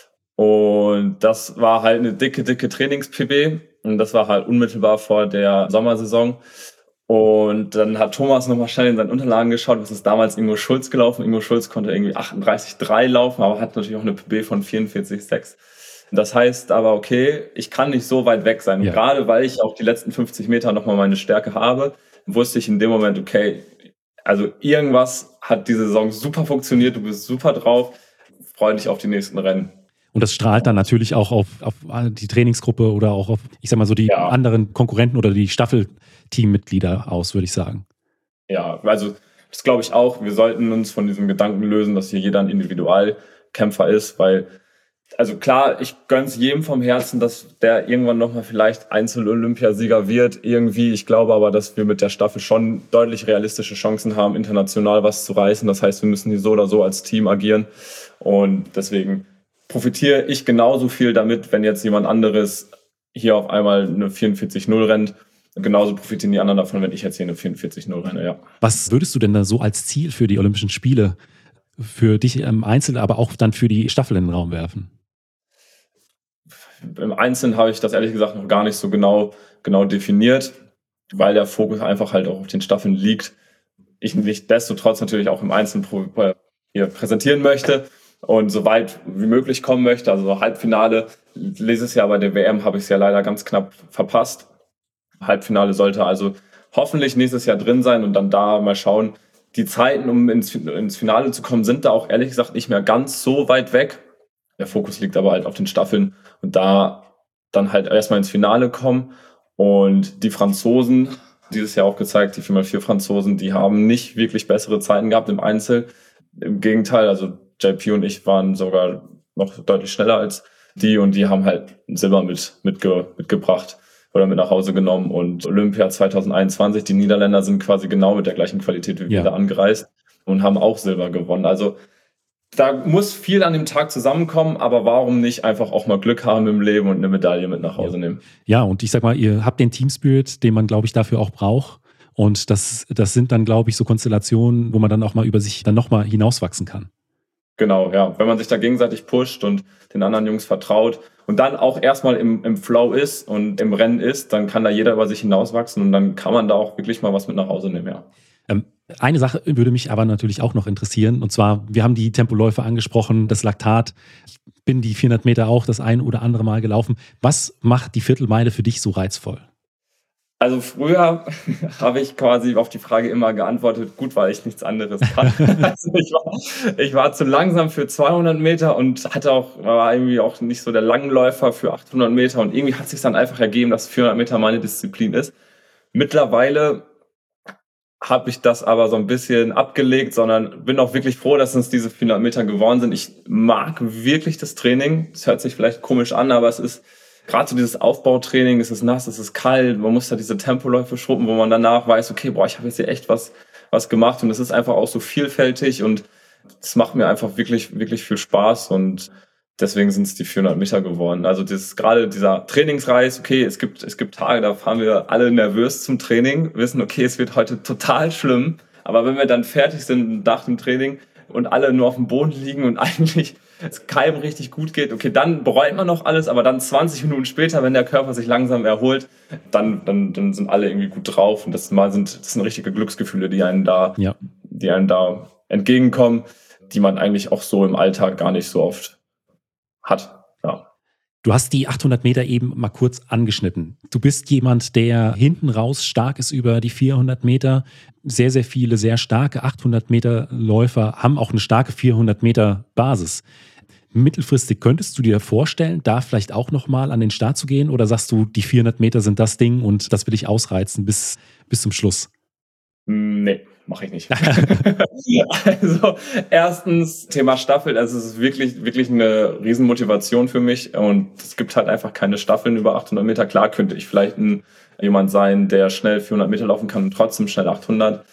Und das war halt eine dicke, dicke Trainings-P B. Und das war halt unmittelbar vor der Sommersaison. Und dann hat Thomas nochmal schnell in seinen Unterlagen geschaut, was ist damals Ingo Schulz gelaufen. Ingo Schulz konnte irgendwie achtunddreißig Komma drei laufen, aber hat natürlich auch eine P B von vierundvierzig Komma sechs. Das heißt aber, okay, ich kann nicht so weit weg sein. Und ja. gerade weil ich auch die letzten fünfzig Meter nochmal meine Stärke habe, wusste ich in dem Moment, okay, also irgendwas hat diese Saison super funktioniert, du bist super drauf, freu dich auf die nächsten Rennen. Und das strahlt dann natürlich auch auf, auf die Trainingsgruppe oder auch auf, ich sag mal so, die ja. anderen Konkurrenten oder die Staffelteammitglieder aus, würde ich sagen. Ja, also das glaube ich auch. Wir sollten uns von diesem Gedanken lösen, dass hier jeder ein Individualkämpfer ist, weil, also klar, ich gönn's jedem vom Herzen, dass der irgendwann nochmal vielleicht Einzel-Olympiasieger wird irgendwie. Ich glaube aber, dass wir mit der Staffel schon deutlich realistische Chancen haben, international was zu reißen. Das heißt, wir müssen hier so oder so als Team agieren und deswegen profitiere ich genauso viel damit, wenn jetzt jemand anderes hier auf einmal eine vierundvierzig null rennt. Genauso profitieren die anderen davon, wenn ich jetzt hier eine vierundvierzig null renne, ja. Was würdest du denn da so als Ziel für die Olympischen Spiele für dich im Einzelnen, aber auch dann für die Staffel in den Raum werfen? Im Einzelnen habe ich das ehrlich gesagt noch gar nicht so genau, genau definiert, weil der Fokus einfach halt auch auf den Staffeln liegt. Ich nichtsdestotrotz natürlich auch im Einzelnen hier präsentieren möchte und so weit wie möglich kommen möchte. Also so Halbfinale, letztes Jahr bei der W M habe ich es ja leider ganz knapp verpasst. Halbfinale sollte also hoffentlich nächstes Jahr drin sein und dann da mal schauen. Die Zeiten, um ins, ins Finale zu kommen, sind da auch ehrlich gesagt nicht mehr ganz so weit weg. Der Fokus liegt aber halt auf den Staffeln und da dann halt erstmal ins Finale kommen. Und die Franzosen dieses Jahr auch gezeigt, die vier mal vier Franzosen, die haben nicht wirklich bessere Zeiten gehabt im Einzel. Im Gegenteil, also J P und ich waren sogar noch deutlich schneller als die und die haben halt Silber mit, mitge, mitgebracht oder mit nach Hause genommen. Und Olympia zwanzig einundzwanzig, die Niederländer sind quasi genau mit der gleichen Qualität wie wir da angereist und haben auch Silber gewonnen. Also da muss viel an dem Tag zusammenkommen, aber warum nicht einfach auch mal Glück haben im Leben und eine Medaille mit nach Hause ja. nehmen? Ja, und ich sag mal, ihr habt den Teamspirit, den man, glaube ich, dafür auch braucht. Und das, das sind dann, glaube ich, so Konstellationen, wo man dann auch mal über sich dann nochmal hinauswachsen kann. Genau, ja. Wenn man sich da gegenseitig pusht und den anderen Jungs vertraut und dann auch erstmal im, im Flow ist und im Rennen ist, dann kann da jeder über sich hinauswachsen und dann kann man da auch wirklich mal was mit nach Hause nehmen, ja. Ähm, eine Sache würde mich aber natürlich auch noch interessieren, und zwar, wir haben die Tempoläufe angesprochen, das Laktat. Ich bin die vierhundert Meter auch das ein oder andere Mal gelaufen. Was macht die Viertelmeile für dich so reizvoll? Also früher habe ich quasi auf die Frage immer geantwortet, gut, weil ich nichts anderes kann. Also ich war, ich war zu langsam für zweihundert Meter und hatte auch, war irgendwie auch nicht so der Langläufer für achthundert Meter und irgendwie hat es sich dann einfach ergeben, dass vierhundert Meter meine Disziplin ist. Mittlerweile habe ich das aber so ein bisschen abgelegt, sondern bin auch wirklich froh, dass uns diese vierhundert Meter geworden sind. Ich mag wirklich das Training. Es hört sich vielleicht komisch an, aber es ist gerade so dieses Aufbautraining, es ist nass, es ist kalt, man muss da diese Tempoläufe schrubben, wo man danach weiß, okay, boah, ich habe jetzt hier echt was, was gemacht und es ist einfach auch so vielfältig und es macht mir einfach wirklich, wirklich viel Spaß und deswegen sind es die vierhundert Meter geworden. Also das ist gerade dieser Trainingsreis, okay, es gibt, es gibt Tage, da fahren wir alle nervös zum Training, wissen, okay, es wird heute total schlimm, aber wenn wir dann fertig sind nach dem Training und alle nur auf dem Boden liegen und eigentlich es keinem richtig gut geht, okay, dann bereut man noch alles, aber dann zwanzig Minuten später, wenn der Körper sich langsam erholt, dann, dann, dann sind alle irgendwie gut drauf und das mal sind, das sind richtige Glücksgefühle, die einem da, ja. die einem da entgegenkommen, die man eigentlich auch so im Alltag gar nicht so oft hat, ja. Du hast die achthundert Meter eben mal kurz angeschnitten. Du bist jemand, der hinten raus stark ist über die vierhundert Meter. Sehr, sehr viele sehr starke achthundert Meter Läufer haben auch eine starke vierhundert Meter Basis. Mittelfristig könntest du dir vorstellen, da vielleicht auch nochmal an den Start zu gehen? Oder sagst du, die vierhundert Meter sind das Ding und das will ich ausreizen bis, bis zum Schluss? Nee, mache ich nicht. Also erstens, Thema Staffel, also es ist wirklich, wirklich eine Riesenmotivation für mich und es gibt halt einfach keine Staffeln über achthundert Meter. Klar könnte ich vielleicht ein, jemand sein, der schnell vierhundert Meter laufen kann und trotzdem schnell achthundert,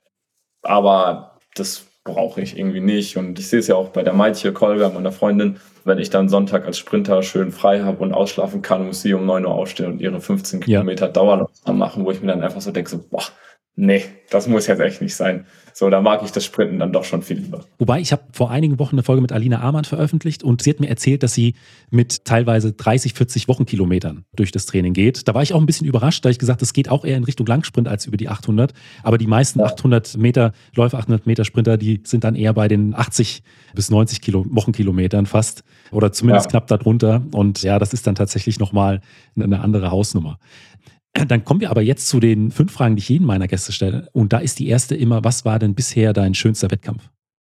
aber das brauche ich irgendwie nicht und ich sehe es ja auch bei der Maitje Kolber, meiner Freundin, wenn ich dann Sonntag als Sprinter schön frei habe und ausschlafen kann, muss sie um neun Uhr aufstehen und ihre fünfzehn Kilometer Dauerlauf machen, wo ich mir dann einfach so denke, so, boah, nee, das muss jetzt echt nicht sein. So, da mag ich das Sprinten dann doch schon viel lieber. Wobei, ich habe vor einigen Wochen eine Folge mit Alina Amann veröffentlicht und sie hat mir erzählt, dass sie mit teilweise dreißig, vierzig Wochenkilometern durch das Training geht. Da war ich auch ein bisschen überrascht, da ich gesagt, es geht auch eher in Richtung Langsprint als über die achthundert. Aber die meisten ja. achthundert Meter Läufer, achthundert Meter Sprinter, die sind dann eher bei den achtzig bis neunzig Kilo, Wochenkilometern fast oder zumindest ja. knapp darunter. Und ja, das ist dann tatsächlich nochmal eine andere Hausnummer. Dann kommen wir aber jetzt zu den fünf Fragen, die ich jedem meiner Gäste stelle. Und da ist die erste immer, was war denn bisher dein schönster Wettkampf?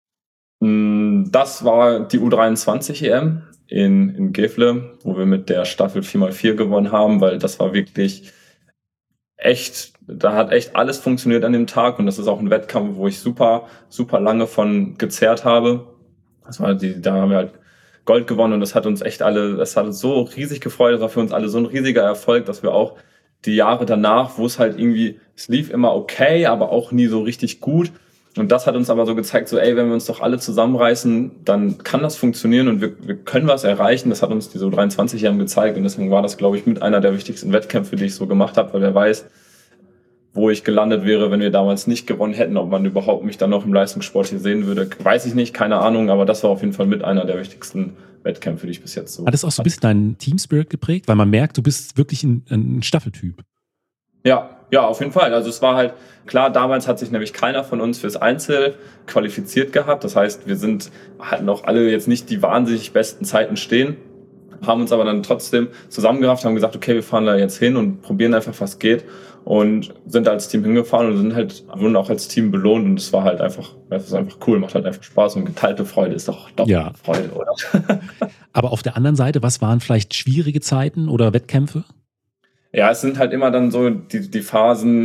Das war die U dreiundzwanzig E M in, in Gefle, wo wir mit der Staffel vier mal vier gewonnen haben, weil das war wirklich echt, da hat echt alles funktioniert an dem Tag und das ist auch ein Wettkampf, wo ich super, super lange von gezerrt habe. Das war die, da haben wir halt Gold gewonnen und das hat uns echt alle, das hat uns so riesig gefreut, das war für uns alle so ein riesiger Erfolg, dass wir auch die Jahre danach, wo es halt irgendwie, es lief immer okay, aber auch nie so richtig gut. Und das hat uns aber so gezeigt, so ey, wenn wir uns doch alle zusammenreißen, dann kann das funktionieren und wir, wir können was erreichen. Das hat uns diese U dreiundzwanzig Jahre gezeigt und deswegen war das, glaube ich, mit einer der wichtigsten Wettkämpfe, die ich so gemacht habe, weil wer weiß, wo ich gelandet wäre, wenn wir damals nicht gewonnen hätten, ob man überhaupt mich dann noch im Leistungssport hier sehen würde, weiß ich nicht, keine Ahnung, aber das war auf jeden Fall mit einer der wichtigsten Wettkämpfe, die ich bis jetzt so. Hat das auch so ein bisschen deinen Team-Spirit geprägt? Weil man merkt, du bist wirklich ein, ein Staffeltyp. Ja, ja, auf jeden Fall. Also es war halt, klar, damals hat sich nämlich keiner von uns fürs Einzel qualifiziert gehabt. Das heißt, wir sind, hatten auch alle jetzt nicht die wahnsinnig besten Zeiten stehen, haben uns aber dann trotzdem zusammengerafft, haben gesagt, okay, wir fahren da jetzt hin und probieren einfach, was geht. Und sind als Team hingefahren und sind halt, wurden auch als Team belohnt und es war halt einfach, es ist einfach cool, macht halt einfach Spaß und geteilte Freude ist doch doch ja. Freude, oder? Aber auf der anderen Seite, was waren vielleicht schwierige Zeiten oder Wettkämpfe? Ja, es sind halt immer dann so die, die Phasen,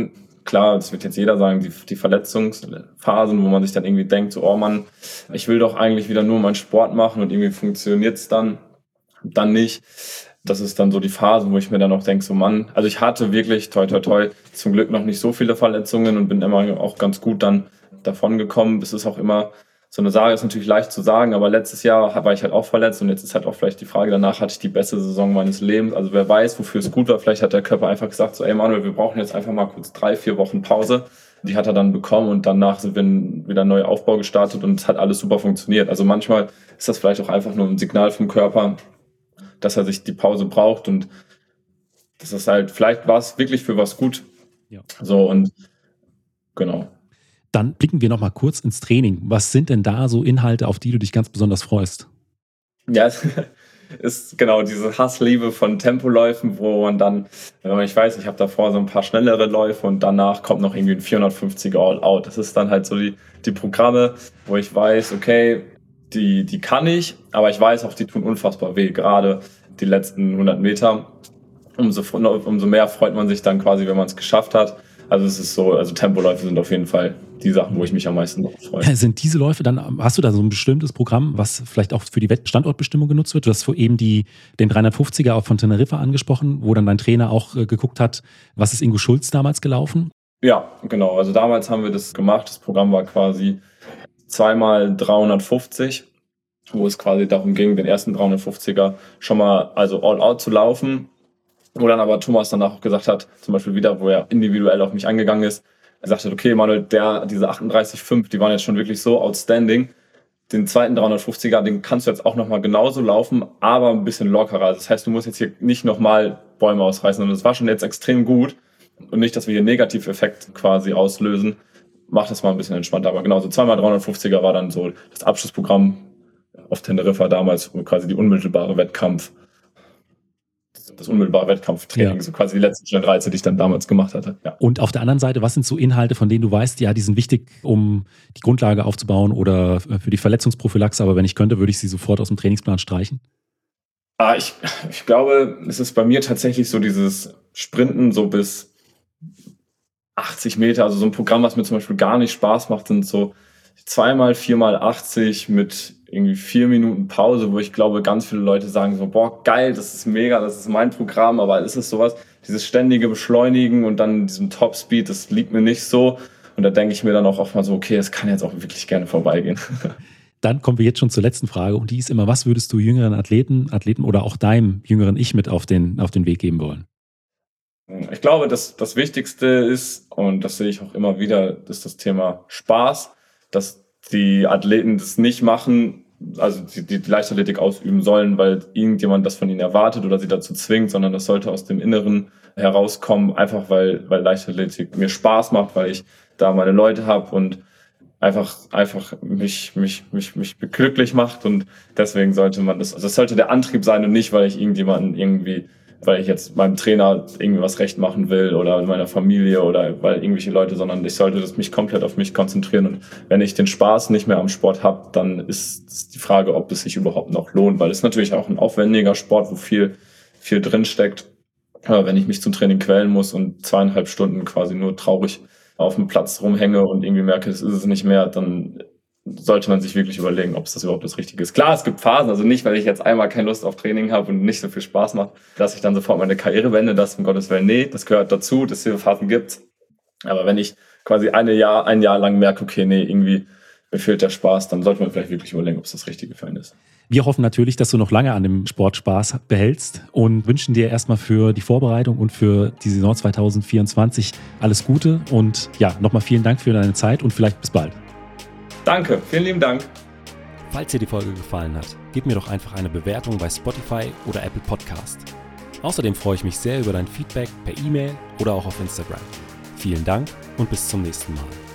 klar, das wird jetzt jeder sagen, die, die Verletzungsphasen, wo man sich dann irgendwie denkt, so, oh Mann, ich will doch eigentlich wieder nur meinen Sport machen und irgendwie funktioniert es dann, dann nicht. Das ist dann so die Phase, wo ich mir dann auch denke, so Mann, also ich hatte wirklich, toi toi toi, zum Glück noch nicht so viele Verletzungen und bin immer auch ganz gut dann davon gekommen. Es ist auch immer so eine Sache, ist natürlich leicht zu sagen, aber letztes Jahr war ich halt auch verletzt und jetzt ist halt auch vielleicht die Frage, danach hatte ich die beste Saison meines Lebens. Also wer weiß, wofür es gut war, vielleicht hat der Körper einfach gesagt, so ey Manuel, wir brauchen jetzt einfach mal kurz drei, vier Wochen Pause. Die hat er dann bekommen und danach sind wir wieder ein neuer Aufbau gestartet und es hat alles super funktioniert. Also manchmal ist das vielleicht auch einfach nur ein Signal vom Körper, dass er sich die Pause braucht und das ist halt, vielleicht war es wirklich für was gut. Ja. So und genau. Dann blicken wir noch mal kurz ins Training. Was sind denn da so Inhalte, auf die du dich ganz besonders freust? Ja, es ist genau diese Hassliebe von Tempoläufen, wo man dann, wenn ich weiß, ich habe davor so ein paar schnellere Läufe und danach kommt noch irgendwie ein vierhundertfünfziger All-Out. Das ist dann halt so die, die Programme, wo ich weiß, okay, die, die kann ich, aber ich weiß auch, die tun unfassbar weh, gerade die letzten hundert Meter. Umso, umso mehr freut man sich dann quasi, wenn man es geschafft hat. Also es ist so, also Tempoläufe sind auf jeden Fall die Sachen, wo ich mich am meisten drauf freue. Sind diese Läufe dann, hast du da so ein bestimmtes Programm, was vielleicht auch für die Standortbestimmung genutzt wird? Du hast vor eben die, den dreihundertfünfziger auch von Teneriffa angesprochen, wo dann dein Trainer auch äh, geguckt hat, was ist Ingo Schulz damals gelaufen? Ja, genau. Also damals haben wir das gemacht. Das Programm war quasi zweimal dreihundertfünfzig, wo es quasi darum ging, den ersten dreihundertfünfziger schon mal, also all out zu laufen. Wo dann aber Thomas danach auch gesagt hat, zum Beispiel wieder, wo er individuell auf mich angegangen ist, er sagte, okay, Manuel, der, diese achtunddreißig Komma fünf, die waren jetzt schon wirklich so outstanding. Den zweiten dreihundertfünfziger, den kannst du jetzt auch nochmal genauso laufen, aber ein bisschen lockerer. Also das heißt, du musst jetzt hier nicht nochmal Bäume ausreißen. Und das war schon jetzt extrem gut. Und nicht, dass wir hier einen Negativeffekt quasi auslösen. Mach das mal ein bisschen entspannter. Aber genau, so zweimal dreihundertfünfziger war dann so das Abschlussprogramm auf Teneriffa damals, quasi die unmittelbare Wettkampf. Das unmittelbare Wettkampftraining, ja. So quasi die letzten Schnellreize, die ich dann damals gemacht hatte. Ja. Und auf der anderen Seite, was sind so Inhalte, von denen du weißt, ja, die sind wichtig, um die Grundlage aufzubauen oder für die Verletzungsprophylaxe, aber wenn ich könnte, würde ich sie sofort aus dem Trainingsplan streichen? Ah, ich, ich glaube, es ist bei mir tatsächlich so dieses Sprinten so bis achtzig Meter, also so ein Programm, was mir zum Beispiel gar nicht Spaß macht, sind so zweimal, viermal achtzig mit irgendwie vier Minuten Pause, wo ich glaube, ganz viele Leute sagen so, boah, geil, das ist mega, das ist mein Programm, aber ist es sowas, dieses ständige Beschleunigen und dann diesem Topspeed, das liegt mir nicht so. Und da denke ich mir dann auch oft mal so, okay, das kann jetzt auch wirklich gerne vorbeigehen. Dann kommen wir jetzt schon zur letzten Frage und die ist immer, was würdest du jüngeren Athleten, Athleten oder auch deinem jüngeren Ich mit auf den, auf den Weg geben wollen? Ich glaube, dass das Wichtigste ist, und das sehe ich auch immer wieder, ist das Thema Spaß, dass die Athleten das nicht machen, also die, die Leichtathletik ausüben sollen, weil irgendjemand das von ihnen erwartet oder sie dazu zwingt, sondern das sollte aus dem Inneren herauskommen, einfach weil, weil Leichtathletik mir Spaß macht, weil ich da meine Leute habe und einfach, einfach mich, mich, mich, mich glücklich macht und deswegen sollte man das, also das sollte der Antrieb sein und nicht, weil ich irgendjemanden irgendwie weil ich jetzt meinem Trainer irgendwie was recht machen will oder meiner Familie oder weil irgendwelche Leute, sondern ich sollte das mich komplett auf mich konzentrieren. Und wenn ich den Spaß nicht mehr am Sport habe, dann ist die Frage, ob es sich überhaupt noch lohnt, weil es natürlich auch ein aufwendiger Sport, wo viel, viel drin steckt. Aber wenn ich mich zum Training quälen muss und zweieinhalb Stunden quasi nur traurig auf dem Platz rumhänge und irgendwie merke, das ist es nicht mehr, dann sollte man sich wirklich überlegen, ob es das überhaupt das Richtige ist. Klar, es gibt Phasen, also nicht, weil ich jetzt einmal keine Lust auf Training habe und nicht so viel Spaß macht, dass ich dann sofort meine Karriere wende, das um Gottes Willen, nee, das gehört dazu, dass es diese Phasen gibt. Aber wenn ich quasi eine Jahr, ein Jahr lang merke, okay, nee, irgendwie mir fehlt der Spaß, dann sollte man vielleicht wirklich überlegen, ob es das Richtige für einen ist. Wir hoffen natürlich, dass du noch lange an dem Sport Spaß behältst und wünschen dir erstmal für die Vorbereitung und für die Saison zwanzig vierundzwanzig alles Gute und ja, nochmal vielen Dank für deine Zeit und vielleicht bis bald. Danke, vielen lieben Dank. Falls dir die Folge gefallen hat, gib mir doch einfach eine Bewertung bei Spotify oder Apple Podcast. Außerdem freue ich mich sehr über dein Feedback per E-Mail oder auch auf Instagram. Vielen Dank und bis zum nächsten Mal.